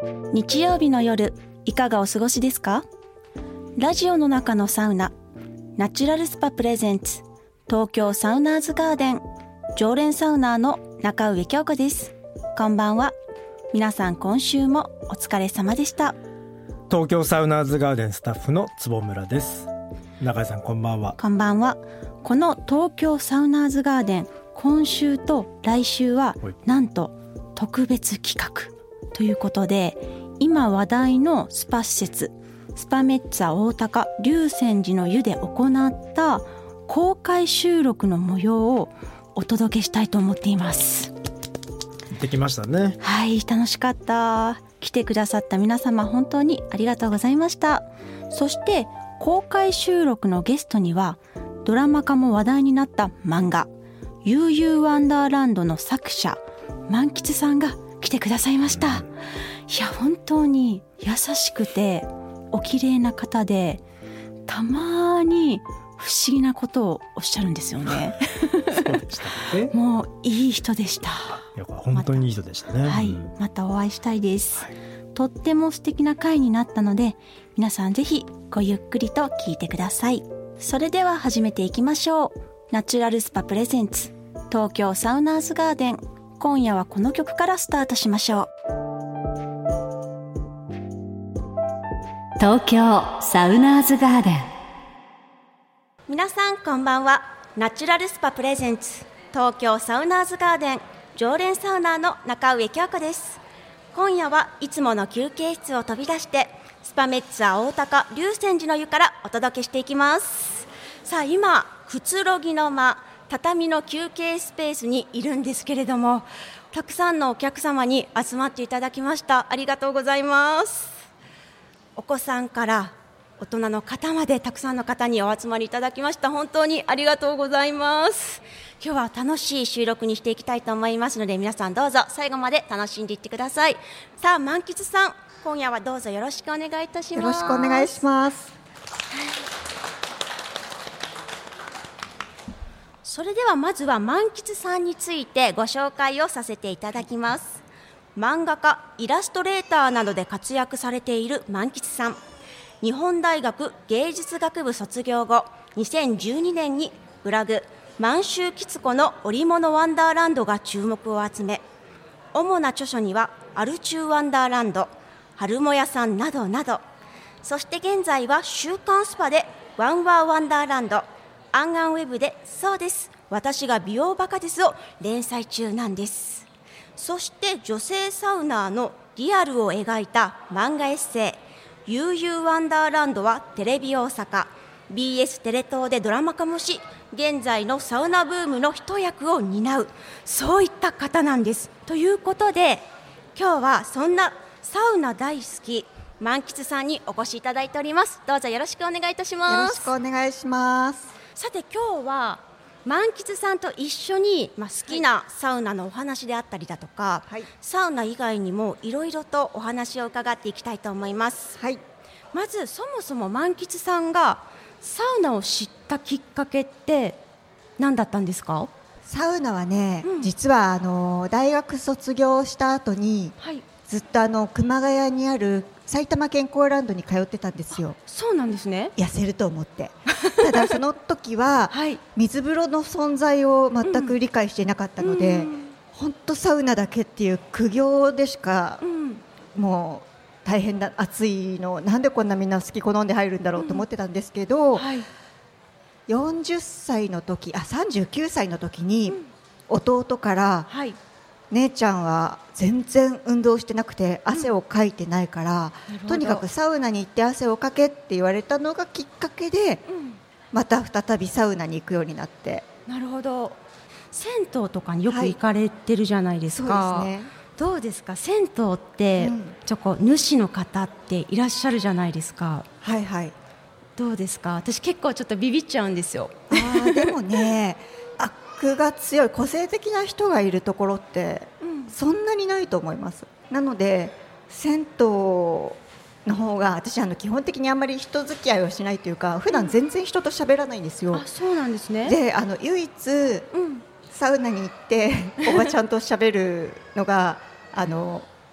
日曜日の夜、いかがお過ごしですか？ラジオの中のサウナ、ナチュラルスパプレゼンツ東京サウナーズガーデン、常連サウナーの中上京子です。こんばんは。皆さん今週もお疲れ様でした。 東京サウナーズガーデンスタッフの坪村です。中井さんこんばんは。 こんばんは。この東京サウナーズガーデン、今週と来週はなんと特別企画ということで、今話題のスパ施設スパメッツァ大高龍泉寺の湯で行った公開収録の模様をお届けしたいと思っています。 できましたね。 はい、楽しかった。来てくださった皆様本当にありがとうございました。そして公開収録のゲストにはドラマ化も話題になった漫画悠々ワンダーランドの作者万吉さんが来てくださいました。いや本当に優しくてお綺麗な方で、たまに不思議なことをおっしゃるんですよね。 そうでしたね。 もういい人でした。 本当にいい人でしたね。 はい、またお会いしたいです。とっても素敵な回になったので、皆さんぜひごゆっくりと聞いてください。それでは始めていきましょう。ナチュラルスパプレゼンツ東京サウナーズガーデン、今夜はこの曲からスタートしましょう。東京サウナーズガーデン。皆さんこんばんは。ナチュラルスパプレゼンツ東京サウナーズガーデン、常連サウナーの中上京子です。今夜はいつもの休憩室を飛び出してスパメッツァ大高龍泉寺の湯からお届けしていきます。さあ今くつろぎの間、畳の休憩スペースにいるんですけれども、たくさんのお客様に集まっていただきました。ありがとうございます。お子さんから大人の方までたくさんの方にお集まりいただきました。本当にありがとうございます。今日は楽しい収録にしていきたいと思いますので、皆さんどうぞ最後まで楽しんでいってください。さあ満吉さん、今夜はどうぞよろしくお願いいたします。 よろしくお願いします。 それではまずは満吉さんについてご紹介をさせていただきます。漫画家、イラストレーターなどで活躍されている満吉さん。日本大学芸術学部卒業後、2012年にブログ満州吉子の織物ワンダーランドが注目を集め、主な著書にはアルチューワンダーランド、春もやさんなどなど、そして現在は週刊スパでワンワーワンダーランド、アンアンウェブでそうです、私が美容バカですを連載中なんです。そして女性サウナーのリアルを描いた漫画エッセイ悠々ワンダーランドはテレビ大阪 BS テレ東でドラマ化もし、現在のサウナブームの一役を担う、そういった方なんです。ということで今日はそんなサウナ大好き満吉さんにお越しいただいております。どうぞよろしくお願いいたします。 よろしくお願いします。 さて今日は満吉さんと一緒に、好きなサウナのお話であったりだとか、サウナ以外にもいろいろとお話を伺っていきたいと思います。まずそもそも満吉さんがサウナを知ったきっかけって何だったんですか？ サウナはね、実は大学卒業した後に、ずっと熊谷にある埼玉健康ランドに通ってたんですよ。 そうなんですね。 痩せると思ってただその時は、水風呂の存在を全く理解していなかったので、本当サウナだけっていう苦行でしか、もう大変だ、暑いのなんでこんなみんな好き好んで入るんだろうと思ってたんですけど、40歳の時39歳の時に弟から、姉ちゃんは全然運動してなくて汗をかいてないから、とにかくサウナに行って汗をかけって言われたのがきっかけで、また再びサウナに行くようになって。 なるほど。銭湯とかによく行かれてるじゃないですか。 そうですね。 どうですか、銭湯って、主の方っていらっしゃるじゃないですか。どうですか？私結構ちょっとビビっちゃうんですよ。 でもね悪が強い個性的な人がいるところって、そんなにないと思います。なので銭湯の方が私基本的にあんまり人付き合いをしないというか、普段全然人と喋らないんですよ。 そうなんですね。 で唯一、サウナに行っておばちゃんと喋るのが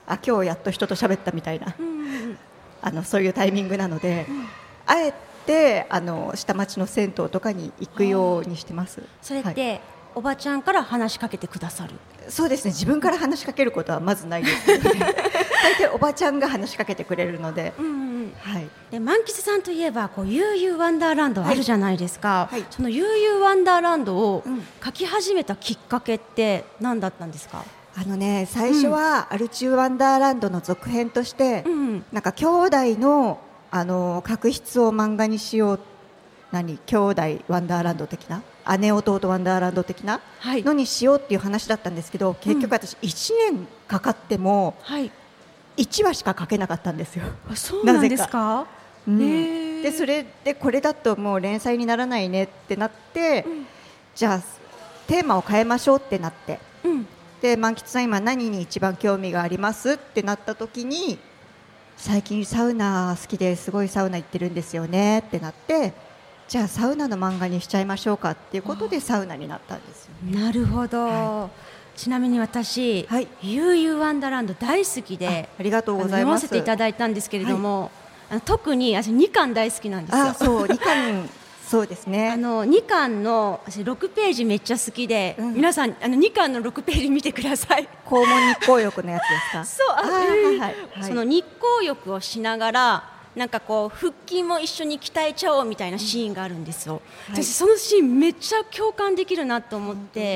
今日やっと人と喋ったみたいな、そういうタイミングなので、あえて下町の銭湯とかに行くようにしてます。 それって、おばちゃんから話しかけてくださる？ そうですね、自分から話しかけることはまずないですけどね大体おばちゃんが話しかけてくれるので、 で満喫さんといえば悠々ワンダーランドあるじゃないですか、その悠々ワンダーランドを書き始めたきっかけって何だったんですか？ 最初はアルチューワンダーランドの続編として、なんか兄弟の確執を漫画にしよう、兄弟ワンダーランド的な、姉弟ワンダーランド的なのにしようっていう話だったんですけど、結局私1年かかっても1話しか書けなかったんですよ。 そうなんですか？ でそれでこれだともう連載にならないねってなって、じゃあテーマを変えましょうってなって、で満喫さん今何に一番興味がありますってなった時に、最近サウナ好きですごいサウナ行ってるんですよねってなって、じゃあサウナの漫画にしちゃいましょうかっていうことでサウナになったんですよね。 なるほど、ちなみに私、悠々ワンダーランド大好きで、 ありがとうございます。 読ませていただいたんですけれども、特に私2巻大好きなんですよ。 そう2巻そうですね。 2巻の6ページめっちゃ好きで、皆さん2巻の6ページ見てください。 肛門日光浴のやつですか？ そう、その日光浴をしながらなんかこう腹筋も一緒に鍛えちゃおうみたいなシーンがあるんですよ。私そのシーンめっちゃ共感できるなと思って。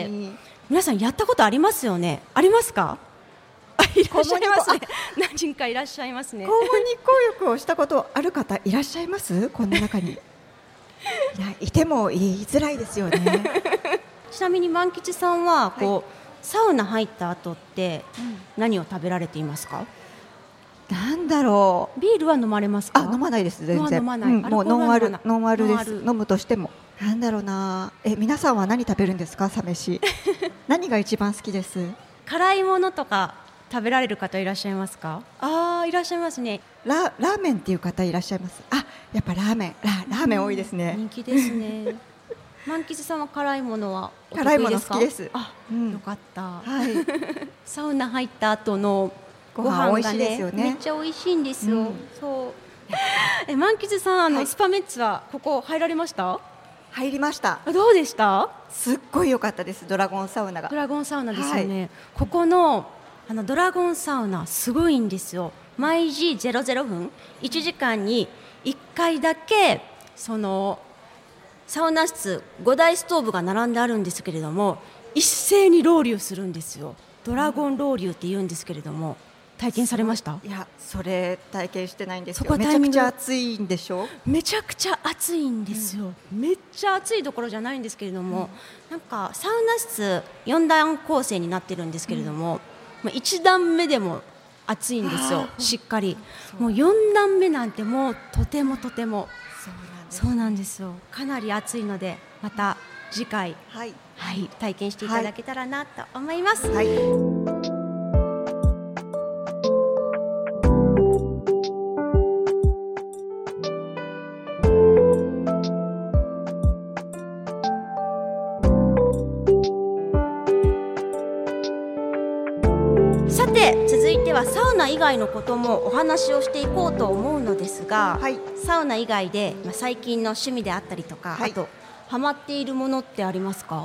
皆さんやったことありますよね？ありますか？いらっしゃいますね。何人かいらっしゃいますね。 肛門日光浴をしたことある方いらっしゃいます？この中にいても言いづらいですよねちなみに万吉さんはサウナ入った後って何を食べられていますか？ なんだろう。 ビールは飲まれますか？ 飲まないです全然。 飲まない、 もうノンアルです。飲むとしてもなんだろうな。皆さんは何食べるんですか？サ飯何が一番好きです？ 辛いものとか食べられる方いらっしゃいますか？いらっしゃいますね。 ラーメンっていう方いらっしゃいます？やっぱラーメン多いですね。 人気ですね満吉さんは辛いものはお得辛いもの意ですか？ 好きです。よかった、サウナ入った後のご飯が美味しいですよね。 めっちゃ美味しいんですよ、そう満吉さんスパメッツはここ入られました？ 入りました。 どうでした？ すっごい良かったです。ドラゴンサウナが。 ドラゴンサウナですよね、ここのドラゴンサウナすごいんですよ。毎時00分1時間に1回だけそのサウナ室5台ストーブが並んであるんですけれども、一斉にロウリュするんですよ。ドラゴンロウリュって言うんですけれども、体験されました？ いや、それ体験してないんですよ。めちゃくちゃ暑いんでしょ？ めちゃくちゃ暑いんですよ、めっちゃ暑いどころじゃないんですけれども、なんかサウナ室4段構成になってるんですけれども、1段目でも暑いんですよ、しっかり。もう4段目なんてもうとてもそうなんですよ。かなり暑いので、また次回、体験していただけたらなと思います。さて続いてはサウナ以外のこともお話をしていこうと思うのですが、サウナ以外で最近の趣味であったりとか、あとハマっているものってありますか？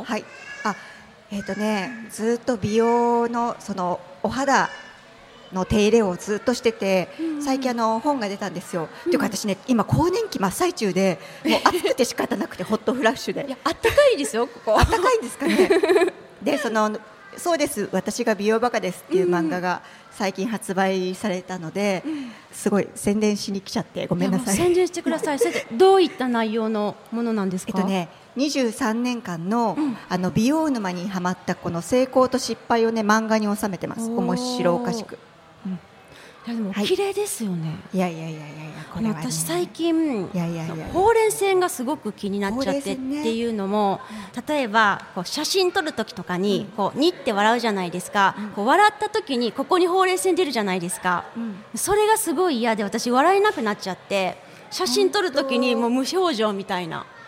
ずっと美容のそのお肌の手入れをずっとしてて、最近本が出たんですよ。というか私ね、今更年期真っ最中で、もう暑くて仕方なくてホットフラッシュで。 いや、あったかいですよ、ここ。 あったかいんですかね。でそうです、私が美容バカですっていう漫画が最近発売されたので、すごい宣伝しに来ちゃってごめんなさい。 宣伝してください。それでどういった内容のものなんですか ？23年間の、美容沼にはまったこの成功と失敗をね、漫画に収めてます。面白おかしく。 いやでも綺麗ですよね。 いやこれはね、 私最近ほうれん線がすごく気になっちゃってっていうのも、例えば写真撮る時とかににって笑うじゃないですか。笑った時にここにほうれん線出るじゃないですか。それがすごい嫌で、私笑えなくなっちゃって、写真撮る時にもう無表情みたいな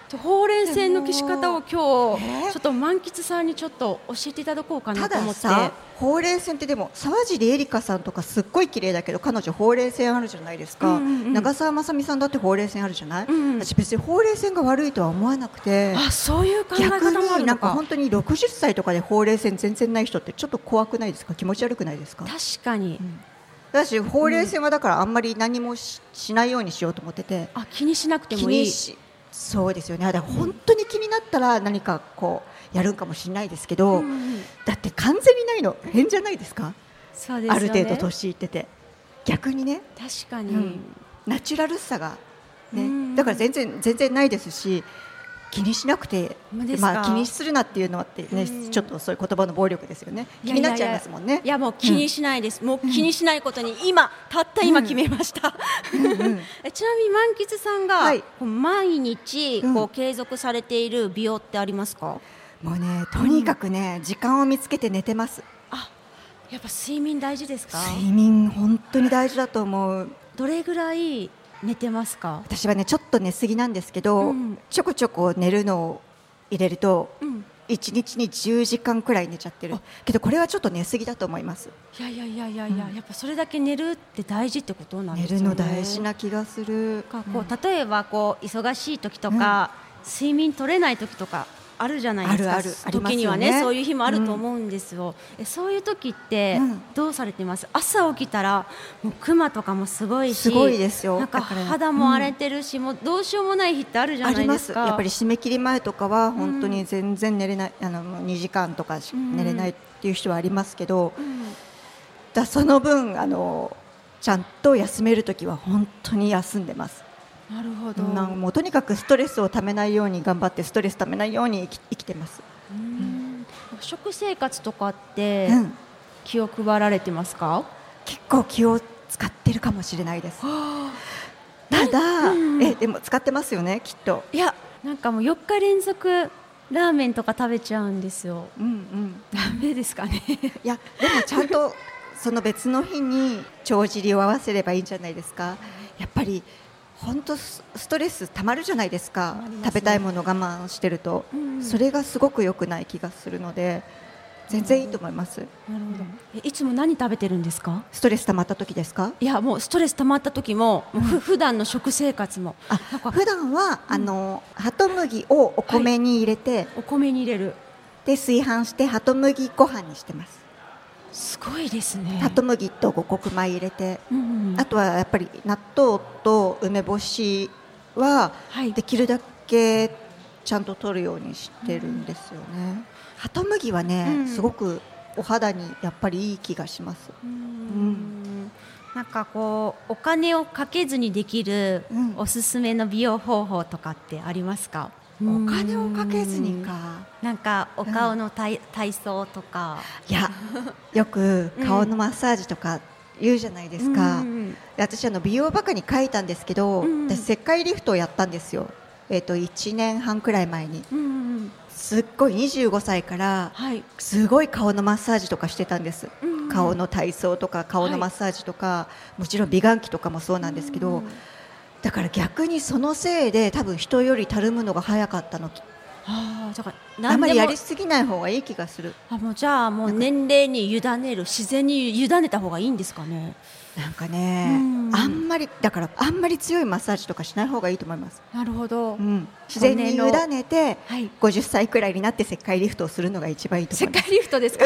ほうれん線の消し方を今日ちょっと満喫さんにちょっと教えていただこうかなと思って。 たださ、ほうれん線ってでも沢尻エリカさんとかすっごい綺麗だけど彼女ほうれん線あるじゃないですか、長澤まさみさんだってほうれん線あるじゃない、私別にほうれん線が悪いとは思わなくて、 そういう考え方もあるのか。 逆になんか本当に60歳とかでほうれん線全然ない人ってちょっと怖くないですか、気持ち悪くないですか。 確かに、 だしほうれん線はだからあんまり何も しないようにしようと思ってて、 気にしなくてもいい。 そうですよね。だから本当に気になったら何かこうやるかもしれないですけど、だって完全にないの変じゃないですか。 そうですよね、 ある程度年いってて逆にね、 確かに、 ナチュラルさが、ね、だから全然ないですし、気にしなくて、気にするなっていうのはってね、ちょっとそういう言葉の暴力ですよね。気になっちゃいますもんね。 いやもう気にしないです、もう気にしないことにたった今決めました。ちなみに満喫さんが、毎日こう継続されている美容ってありますか。 もうね、とにかくね、時間を見つけて寝てます。 やっぱ睡眠大事ですか。 睡眠本当に大事だと思う。 どれぐらい寝てますか。 私はねちょっと寝すぎなんですけど、ちょこちょこ寝るのを入れると、1日に10時間くらい寝ちゃってるけど、これはちょっと寝すぎだと思います。 いや、やっぱそれだけ寝るって大事ってことなんですよね。 寝るの大事な気がする。 例えばこう忙しい時とか、睡眠取れない時とかあるじゃないですか。時にはね、そういう日もあると思うんですよ。そういう時ってどうされてます。朝起きたらもうクマとかもすごいし、 すごいですよ。 なんか肌も荒れてるし、もうどうしようもない日ってあるじゃないですか。 やっぱり締め切り前とかは本当に全然寝れない、2時間とか寝れないっていう人はありますけど、その分ちゃんと休める時は本当に休んでます。 なるほど。 もうとにかくストレスをためないように頑張って、ストレスためないように生きてます。 食生活とかって気を配られてますか。 結構気を使ってるかもしれないです。ただ、でも使ってますよね、きっと。 いや、なんかもう4日連続ラーメンとか食べちゃうんですよ。ダメですかね。 いや、でもちゃんとその別の日に帳尻を合わせればいいんじゃないですか。やっぱり本当ストレスたまるじゃないですか。食べたいもの我慢してると、それがすごく良くない気がするので、全然いいと思います。 なるほど。いつも何食べてるんですか。 ストレスたまった時ですか。 いや、もうストレスたまった時も、普段の食生活も。 普段はハト麦をお米に入れて、 お米に入れるで炊飯してハト麦ご飯にしてます。 すごいですね。 ハト麦と五穀米入れて、あとはやっぱり納豆と梅干しはできるだけちゃんと取るようにしてるんですよね。ハト麦はね、すごくお肌にやっぱりいい気がします。 なんかこうお金をかけずにできるおすすめの美容方法とかってありますか。 お金をかけずにか。 なんかお顔の体操とか。 いや、よく顔のマッサージとか言うじゃないですか。私美容バカに書いたんですけど、私石灰リフトをやったんですよ。1年半くらい前に。すっごい25歳からすごい顔のマッサージとかしてたんです。顔の体操とか顔のマッサージとか、もちろん美顔器とかもそうなんですけど、だから逆にそのせいで多分人よりたるむのが早かったの。あんまりやりすぎない方がいい気がする。 じゃあもう年齢に委ねる、自然に委ねた方がいいんですかね。 なんかね、あんまり強いマッサージとかしない方がいいと思います。 なるほど。 自然に委ねて、50歳くらいになって石灰リフトをするのが一番いいと思います。 石灰リフトですか。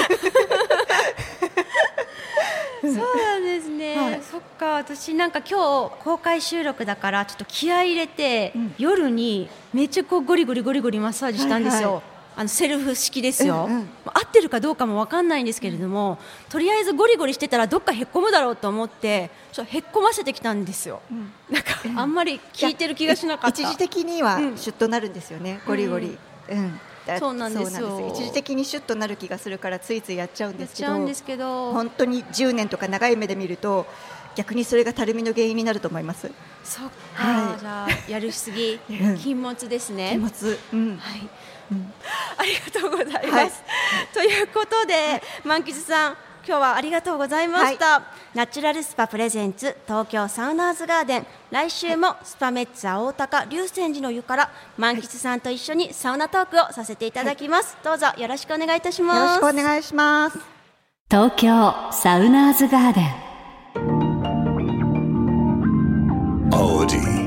そうなんですね。そっか。私なんか今日公開収録だからちょっと気合い入れて、夜にめっちゃこうゴリゴリマッサージしたんですよ。セルフ式ですよ。合ってるかどうかも分かんないんですけれども、とりあえずゴリゴリしてたらどっかへっこむだろうと思ってへっこませてきたんですよ。なんかあんまり効いてる気がしなかった。 一時的にはシュッとなるんですよね、ゴリゴリ。 そうなんですよ。 一時的にシュッとなる気がするからついついやっちゃうんですけど、本当に10年とか長い目で見ると逆にそれがたるみの原因になると思います。 そっか、じゃあやりすぎ禁物ですね。 禁物。 ありがとうございます。ということで、満吉さん今日はありがとうございました、ナチュラルスパプレゼンツ東京サウナーズガーデン、来週もスパメッツァ大高龍泉寺の湯から満吉さんと一緒にサウナトークをさせていただきます、どうぞよろしくお願いいたします。 よろしくお願いします。 東京サウナーズガーデン。 オーディ